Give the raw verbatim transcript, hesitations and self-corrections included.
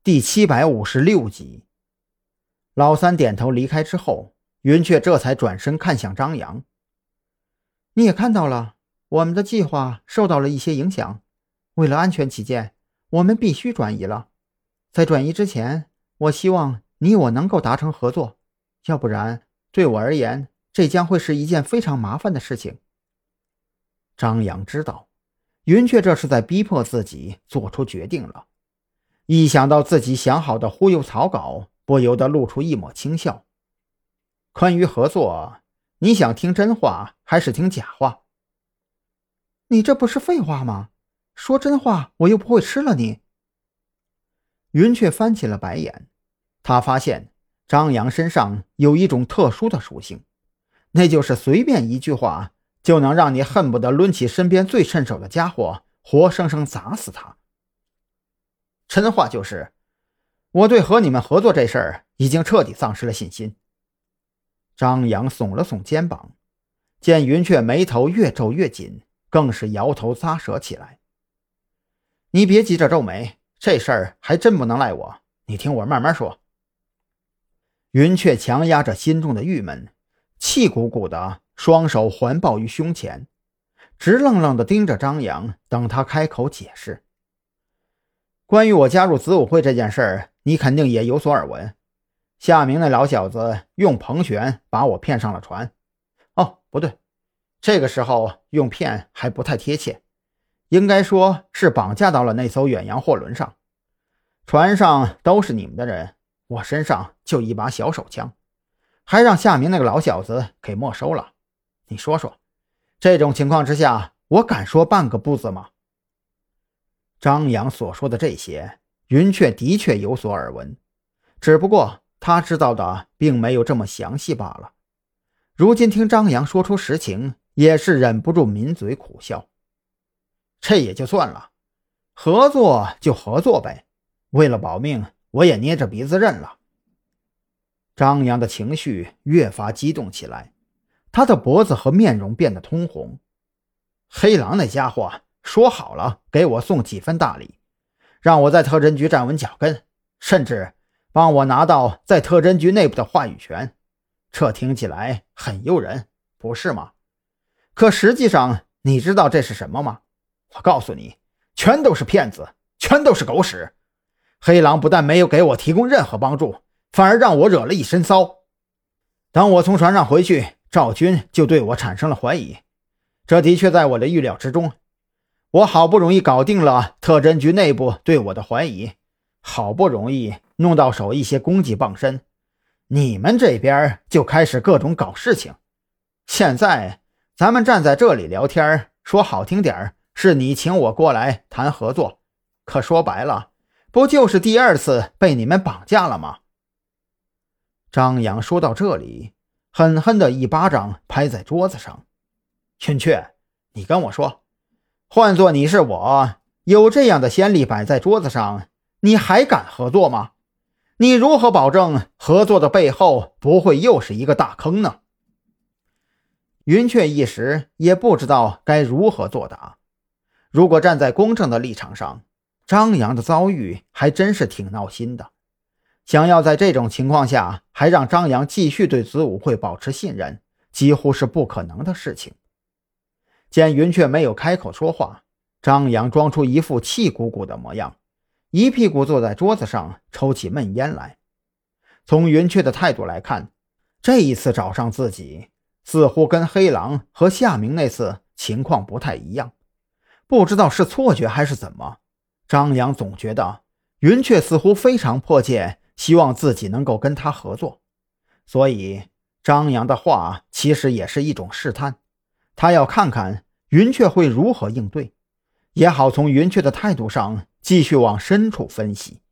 第七百五十六集。老三点头离开之后，云雀这才转身看向张扬。你也看到了，我们的计划受到了一些影响，为了安全起见，我们必须转移了。在转移之前，我希望你我能够达成合作，要不然对我而言，这将会是一件非常麻烦的事情。张扬知道云雀这是在逼迫自己做出决定了，一想到自己想好的忽悠草稿，不由得露出一抹轻笑。关于合作，你想听真话还是听假话？你这不是废话吗？说真话我又不会吃了你。云雀翻起了白眼，他发现张扬身上有一种特殊的属性，那就是随便一句话就能让你恨不得抡起身边最趁手的家伙，活生生砸死他。真话就是，我对和你们合作这事儿已经彻底丧失了信心。张扬耸了耸肩膀，见云雀眉头越皱越紧，更是摇头咂舌起来。你别急着皱眉，这事儿还真不能赖我，你听我慢慢说。云雀强压着心中的郁闷，气鼓鼓的双手环抱于胸前，直愣愣地盯着张扬，等他开口解释。关于我加入子午会这件事儿，你肯定也有所耳闻。夏明那老小子用彭璇把我骗上了船。哦，不对，这个时候用骗还不太贴切，应该说是绑架到了那艘远洋货轮上。船上都是你们的人，我身上就一把小手枪，还让夏明那个老小子给没收了。你说说，这种情况之下，我敢说半个不字吗？张扬所说的这些，云雀的确有所耳闻，只不过他知道的并没有这么详细罢了。如今听张扬说出实情，也是忍不住抿嘴苦笑。这也就算了，合作就合作呗，为了保命，我也捏着鼻子认了。张扬的情绪越发激动起来，他的脖子和面容变得通红。黑狼那家伙说好了给我送几分大礼，让我在特侦局站稳脚跟，甚至帮我拿到在特侦局内部的话语权。这听起来很诱人，不是吗？可实际上你知道这是什么吗？我告诉你，全都是骗子，全都是狗屎。黑狼不但没有给我提供任何帮助，反而让我惹了一身骚。当我从船上回去，赵军就对我产生了怀疑，这的确在我的预料之中。我好不容易搞定了特侦局内部对我的怀疑，好不容易弄到手一些功绩傍身，你们这边就开始各种搞事情。现在咱们站在这里聊天，说好听点是你请我过来谈合作，可说白了，不就是第二次被你们绑架了吗？张扬说到这里，狠狠的一巴掌拍在桌子上。云雀，你跟我说，换做你是我，有这样的先例摆在桌子上，你还敢合作吗？你如何保证合作的背后不会又是一个大坑呢？云雀一时也不知道该如何作答。如果站在公正的立场上，张扬的遭遇还真是挺闹心的。想要在这种情况下还让张扬继续对子午会保持信任，几乎是不可能的事情。见云雀没有开口说话，张扬装出一副气鼓鼓的模样，一屁股坐在桌子上抽起闷烟来。从云雀的态度来看，这一次找上自己似乎跟黑狼和夏明那次情况不太一样。不知道是错觉还是怎么，张扬总觉得云雀似乎非常迫切希望自己能够跟他合作，所以张扬的话其实也是一种试探，他要看看云雀会如何应对，也好从云雀的态度上继续往深处分析。